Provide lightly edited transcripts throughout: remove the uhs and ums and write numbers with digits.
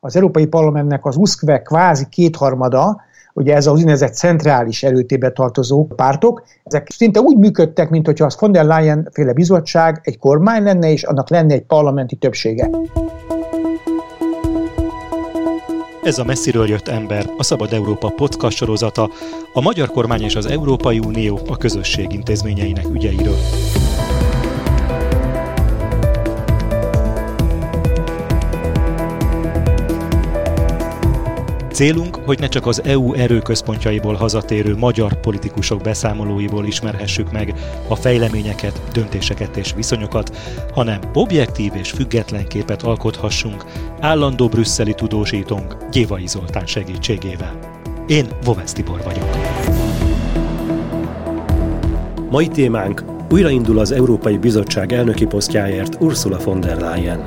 Az Európai Parlamentnek az uszkve kvázi kétharmada, ugye ez az úgynevezett centrális erőtébe tartozó pártok, ezek szinte úgy működtek, mint hogyha az von der Leyen féle bizottság egy kormány lenne, és annak lenne egy parlamenti többsége. Ez a Messziről jött ember, a Szabad Európa podcast sorozata, a magyar kormány és az Európai Unió a közösség intézményeinek ügyeiről. Célunk, hogy ne csak az EU erőközpontjaiból hazatérő magyar politikusok beszámolóiból ismerhessük meg a fejleményeket, döntéseket és viszonyokat, hanem objektív és független képet alkothassunk állandó brüsszeli tudósítónk Gyévai Zoltán segítségével. Én Vovesz Tibor vagyok. Mai témánk: újraindul az Európai Bizottság elnöki posztjáért Ursula von der Leyen.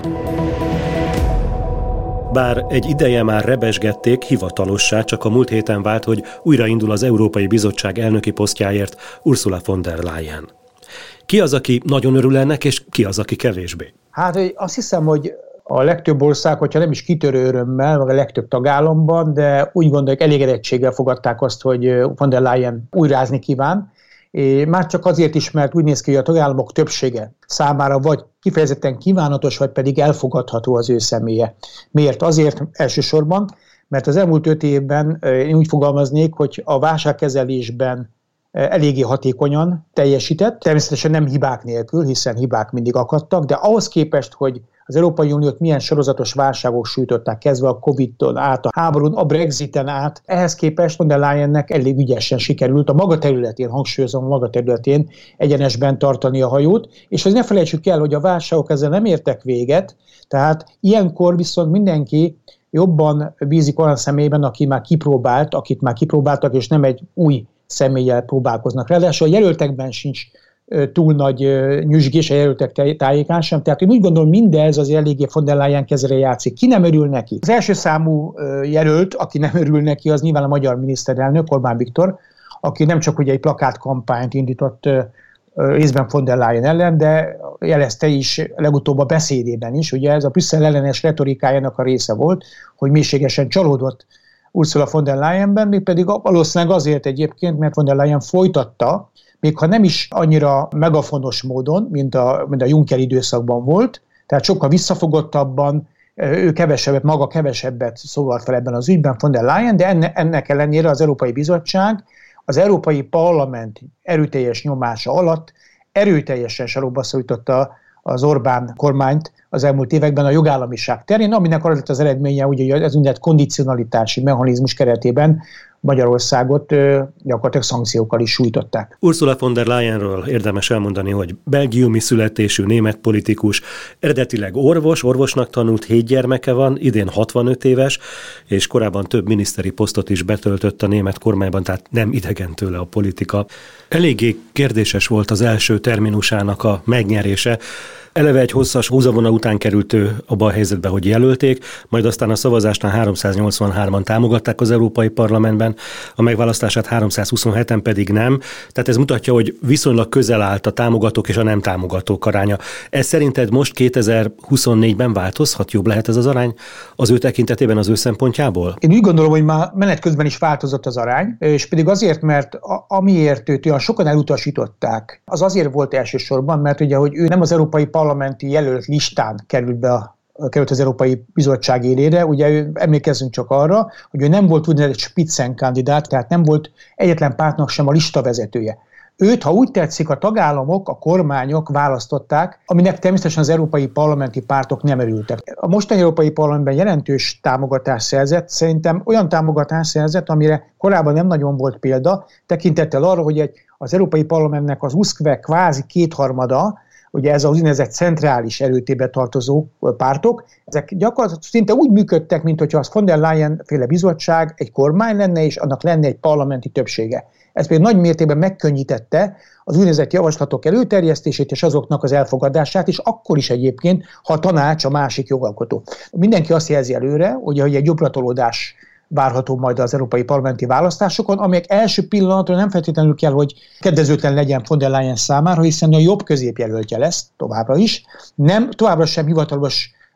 Bár egy ideje már rebesgették, hivatalossá csak a múlt héten vált, hogy újraindul az Európai Bizottság elnöki posztjáért Ursula von der Leyen. Ki az, aki nagyon örül ennek, és ki az, aki kevésbé? Hát azt hiszem, hogy a legtöbb ország, hogyha nem is kitörő örömmel, vagy a legtöbb tagállamban, de úgy gondolják, elégedettséggel fogadták azt, hogy von der Leyen újrázni kíván. Már csak azért is, mert úgy néz ki, hogy a tagállamok többsége számára vagy kifejezetten kívánatos, vagy pedig elfogadható az ő személye. Miért? Azért elsősorban, mert az elmúlt 5 évben én úgy fogalmaznék, hogy a válságkezelésben eléggé hatékonyan teljesített, természetesen nem hibák nélkül, hiszen hibák mindig akadtak, de ahhoz képest, hogy az Európai Uniót milyen sorozatos válságok sújtották, kezdve a Covid-on át, a háborún, a Brexiten át, ehhez képest von der Leyennek elég ügyesen sikerült a maga területén, hangsúlyozom a maga területén egyenesben tartani a hajót, és ne felejtsük el, hogy a válságok ezzel nem értek véget, tehát ilyenkor viszont mindenki jobban bízik olyan személyben, akit már kipróbáltak, és nem egy új személlyel próbálkoznak. Ráadásul a jelöltekben sincs túl nagy nyüzsgés a jelöltek tájékán sem. Tehát én úgy gondolom, mindez az eléggé von der Leyen kezére játszik. Ki nem örül neki? Az első számú jelölt, aki nem örül neki, az nyilván a magyar miniszterelnök, Orbán Viktor, aki nem csak ugye egy plakátkampányt indított részben von der Leyen ellen, de jelezte is legutóbb a beszédében is, ugye ez a Brüsszel ellenes retorikájának a része volt, hogy mélységesen csalódott Ursula von der Leyenben, mégpedig valószínűleg azért egyébként, mert von der Leyen folytatta, még ha nem is annyira megafonos módon, mint a Juncker időszakban volt, tehát sokkal visszafogottabban, ő kevesebbet szólalt fel ebben az ügyben von der Leyen, de ennek ellenére az Európai Bizottság az Európai Parlament erőteljes nyomása alatt erőteljesen sarokba szorította az Orbán kormányt az elmúlt években a jogállamiság terén, aminek arra lett az eredménye, hogy ez úgynevezett kondicionalitási mechanizmus keretében Magyarországot gyakorlatilag szankciókkal is sújtották. Ursula von der Leyenről érdemes elmondani, hogy belgiumi születésű német politikus, eredetileg orvosnak tanult, 7 gyermeke van, idén 65 éves, és korábban több miniszteri posztot is betöltött a német kormányban, tehát nem idegen tőle a politika. Eléggé kérdéses volt az első terminusának a megnyerése. Eleve egy hosszas húzavona után került ő abba a helyzetbe, hogy jelölték, majd aztán a szavazásnál 383-an támogatták az Európai Parlamentben, a megválasztását 327-en pedig nem. Tehát ez mutatja, hogy viszonylag közel állt a támogatók és a nem támogatók aránya. Ez szerinted most 2024-ben változhat? Jobb lehet ez az arány az ő tekintetében, az ő szempontjából? Én úgy gondolom, hogy már menet közben is változott az arány, és pedig azért, mert amiért őt olyan sokan elutasították, az azért volt elsősorban, mert ugye, hogy ő nem az Európai Parlamenti jelölt listán került az Európai Bizottság élére. Ugye emlékezzünk csak arra, hogy ő nem volt úgynevezett Spitzenkandidát, tehát nem volt egyetlen pártnak sem a listavezetője. Őt, ha úgy tetszik, a tagállamok, a kormányok választották, aminek természetesen az európai parlamenti pártok nem örültek. A mostani Európai Parlamentben jelentős támogatást szerzett, szerintem olyan támogatást szerzett, amire korábban nem nagyon volt példa, tekintettel arra, hogy az Európai Parlamentnek az uszkve kvázi kétharmada, ugye ez az úgynevezett centrális erőtébe tartozó pártok, ezek gyakorlatilag szinte úgy működtek, mint hogyha az von der Leyen féle bizottság egy kormány lenne, és annak lenne egy parlamenti többsége. Ez például nagy mértékben megkönnyítette az úgynevezett javaslatok előterjesztését és azoknak az elfogadását, és akkor is egyébként, ha a tanács a másik jogalkotó. Mindenki azt jelzi előre, hogy egy jobbratolódás várható majd az európai parlamenti választásokon, amelyek első pillanatra nem feltétlenül kell, hogy kedvezőtlen legyen von der Leyen számára, hiszen a jobb középjelöltje lesz továbbra is. Nem, továbbra sem hivatalos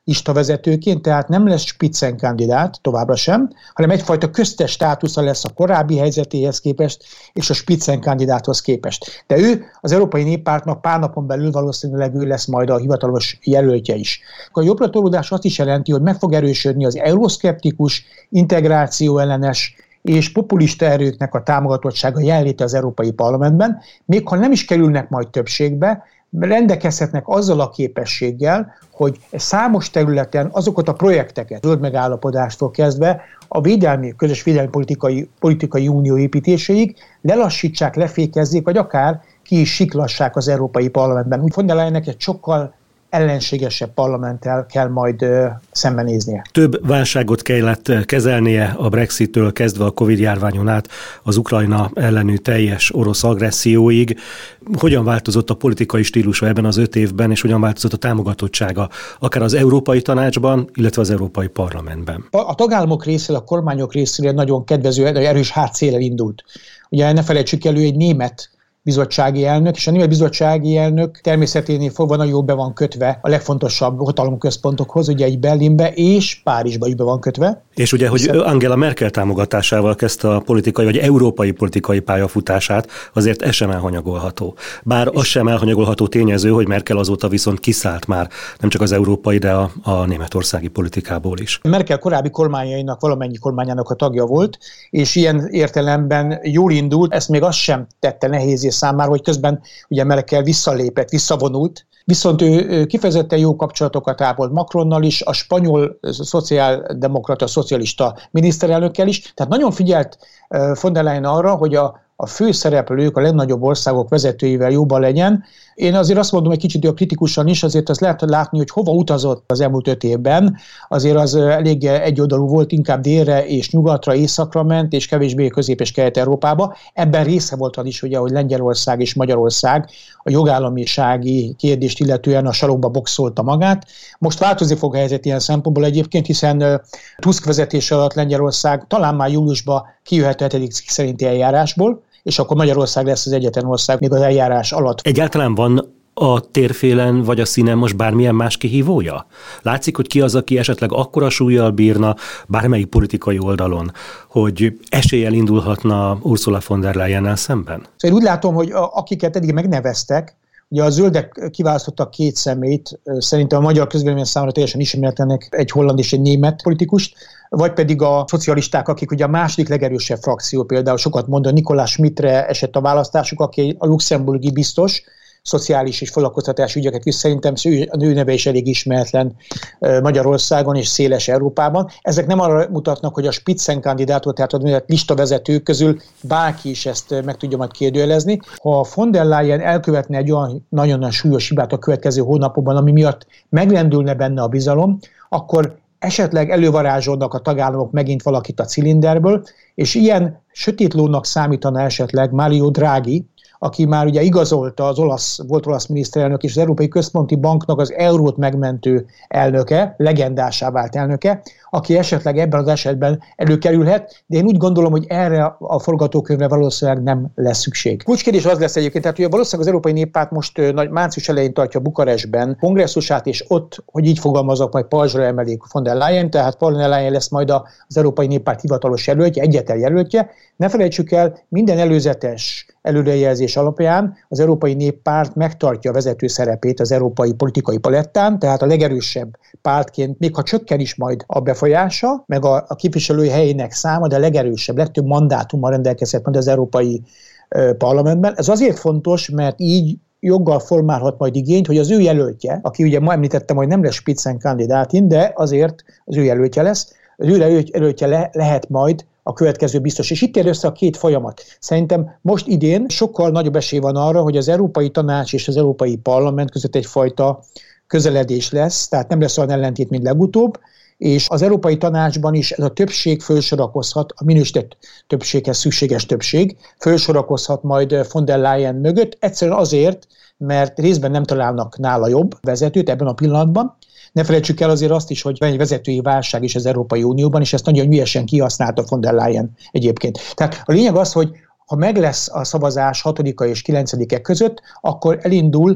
listavezetőként, tehát nem lesz spitzenkandidát továbbra sem, hanem egyfajta köztes státusza lesz a korábbi helyzetéhez képest és a spitzenkandidáthoz képest. De ő az Európai Néppártnak pár napon belül valószínűleg ő lesz majd a hivatalos jelöltje is. A jobbratolódás azt is jelenti, hogy meg fog erősödni az euroszkeptikus, integráció ellenes és populista erőknek a támogatottsága jelenléte az Európai Parlamentben, még ha nem is kerülnek majd többségbe, rendelkezhetnek azzal a képességgel, hogy számos területen azokat a projekteket, zöld megállapodástól kezdve a közös védelmi politikai unió építéséig lelassítsák, lefékezzék, vagy akár ki is siklassák az Európai Parlamentben. Úgy von der Leyennek egy sokkal ellenségesebb parlamenttel kell majd szembenéznie. Több válságot kellett kezelnie a Brexittől kezdve a Covid-járványon át az Ukrajna ellenű teljes orosz agresszióig. Hogyan változott a politikai stílusa ebben az 5 évben, és hogyan változott a támogatottsága akár az Európai Tanácsban, illetve az Európai Parlamentben? A tagállamok részéről, a kormányok részéről nagyon kedvező, erős hátszéllel indult. Ugye ne felejtsük elő, egy német bizottsági elnök, és a német bizottsági elnök természeténél fogva nagyon jól be van kötve a legfontosabb hatalomközpontokhoz, ugye egy Berlinbe és Párizsba is be van kötve. És ugye, hogy Angela Merkel támogatásával kezdte a politikai vagy európai politikai pályafutását, azért ez sem elhanyagolható. Bár az sem elhanyagolható tényező, hogy Merkel azóta viszont kiszállt már nem csak az európai, de a németországi politikából is. Merkel korábbi kormányainak, valamennyi kormányának a tagja volt, és ilyen értelemben jól indult, ezt még azt sem tette nehézé számára, hogy közben ugye Merkel visszalépett, visszavonult, viszont ő kifejezetten jó kapcsolatokat ápolt Macronnal is, a spanyol szociáldemokrata, szocialista miniszterelnökkel is, tehát nagyon figyelt von der Leyen arra, hogy a főszereplők, a legnagyobb országok vezetőivel jóban legyen. Én azért azt mondom, egy kicsit kritikusan is, azért azt lehet látni, hogy hova utazott az elmúlt 5 évben. Azért az elég egyoldalú volt, inkább délre és nyugatra, északra ment, és kevésbé Közép- és Kelet-Európába. Ebben része volt az is, ugye, hogy Lengyelország és Magyarország a jogállamisági kérdést illetően a sarokba boxolta magát. Most változni fog a helyzet ilyen szempontból egyébként, hiszen Tusk vezetése alatt Lengyelország talán már júliusban kijöhet a 7. cikk szerinti eljárásból, és akkor Magyarország lesz az egyetlen ország még az eljárás alatt. Egyáltalán van a térfélen vagy a színen most bármilyen más kihívója? Látszik, hogy ki az, aki esetleg akkora súllyal bírna bármelyik politikai oldalon, hogy eséllyel indulhatna Ursula von der Leyennel szemben? Én úgy látom, hogy akiket eddig megneveztek, ugye a zöldek kiválasztottak 2 személyt, szerintem a magyar közvélemény számára teljesen ismeretlenek, egy holland és egy német politikust, vagy pedig a szocialisták, akik ugye a második legerősebb frakció, például sokat mondani, Nikolás Schmidtre esett a választásuk, aki a luxemburgi biztos, szociális és foglalkoztatási ügyeket visz, szerintem a nő neve is elég ismeretlen Magyarországon és széles Európában. Ezek nem arra mutatnak, hogy a spitzenkandidátot, tehát a listavezetők közül bárki is ezt meg tudja majd kérdőjelezni. Ha von der Leyen elkövetne egy olyan nagyon súlyos hibát a következő hónapokban, ami miatt megrendülne benne a bizalom, akkor esetleg elővarázsolnak a tagállamok megint valakit a cilinderből, és ilyen sötétlónak számítana esetleg Mario Draghi, aki már ugye igazolta volt olasz miniszterelnök és az Európai Központi Banknak az eurót megmentő elnöke, legendásá vált elnöke, aki esetleg ebben az esetben előkerülhet, de én úgy gondolom, hogy erre a forgatókönyvre valószínűleg nem lesz szükség. Kulcskérdés az lesz egyébként, tehát ugye valószínűleg az Európai Néppárt most március elején tartja Bukarestben kongresszusát, és ott, hogy így fogalmazok, majd pajzsra emelik von der Leyen, tehát von der Leyen lesz majd az Európai Néppárt hivatalos jelöltje, egyetlen jelöltje. Ne felejtsük el, minden előzetes előrejelzés alapján az Európai Néppárt megtartja a vezető szerepét az európai politikai palettán, tehát a legerősebb pártként, még ha csökken is majd a befolyása, meg a képviselői helyének száma, de a legerősebb, legtöbb mandátummal rendelkezhet majd az Európai Parlamentben. Ez azért fontos, mert így joggal formálhat majd igényt, hogy az ő jelöltje, aki ugye ma említettem, hogy nem lesz spitzenkandidátin, de azért az ő jelöltje lesz, az ő jelöltje lehet majd a következő biztos. És itt ér össze a 2 folyamat. Szerintem most idén sokkal nagyobb esély van arra, hogy az Európai Tanács és az Európai Parlament között egyfajta közeledés lesz, tehát nem lesz olyan ellentét, mint legutóbb, és az Európai Tanácsban is ez a többség fölsorakozhat, a minősített többséghez szükséges többség, fölsorakozhat majd von der Leyen mögött, egyszerűen azért, mert részben nem találnak nála jobb vezetőt ebben a pillanatban. Ne felejtsük el azért azt is, hogy van egy vezetői válság is az Európai Unióban, és ezt nagyon ügyesen kihasználta von der Leyen egyébként. Tehát a lényeg az, hogy ha meg lesz a szavazás 6-a és 9-e között, akkor elindul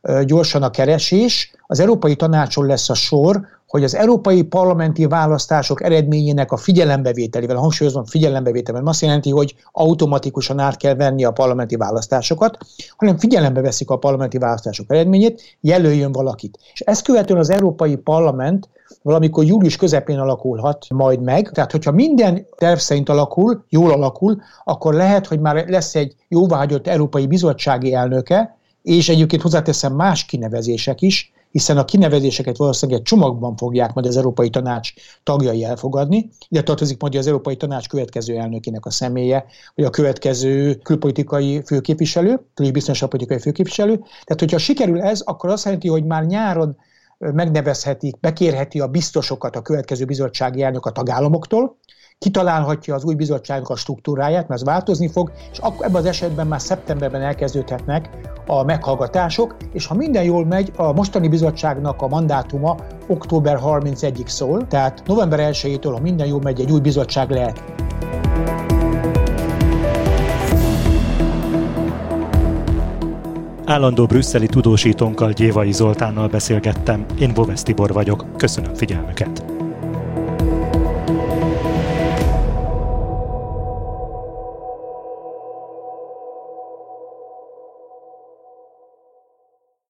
gyorsan a keresés. Az Európai Tanácson lesz a sor, hogy az európai parlamenti választások eredményének a figyelembevételével, hangsúlyozom figyelembevételével, azt jelenti, hogy automatikusan át kell venni a parlamenti választásokat, hanem figyelembe veszik a parlamenti választások eredményét, jelöljön valakit. És ezt követően az Európai Parlament valamikor július közepén alakulhat majd meg. Tehát, hogyha minden terv szerint alakul, jól alakul, akkor lehet, hogy már lesz egy jóváhagyott Európai Bizottsági elnöke, és egyébként hozzáteszem más kinevezések is, hiszen a kinevezéseket valószínűleg egy csomagban fogják majd az Európai Tanács tagjai elfogadni. Ide tartozik majd az Európai Tanács következő elnökének a személye, vagy a következő külpolitikai főképviselő, külügybiztonságpolitikai főképviselő. Tehát, hogyha sikerül ez, akkor azt jelenti, hogy már nyáron megnevezhetik, bekérheti a biztosokat a következő bizottsági elnök a tagállamoktól, kitalálhatja az új bizottságnak a struktúráját, mert ez változni fog, és ebben az esetben már szeptemberben elkezdődhetnek a meghallgatások, és ha minden jól megy, a mostani bizottságnak a mandátuma október 31-ig szól, tehát november 1-től, ha minden jól megy, egy új bizottság lehet. Állandó brüsszeli tudósítónkkal, Gyévai Zoltánnal beszélgettem. Én Bovesz Tibor vagyok. Köszönöm figyelmüket!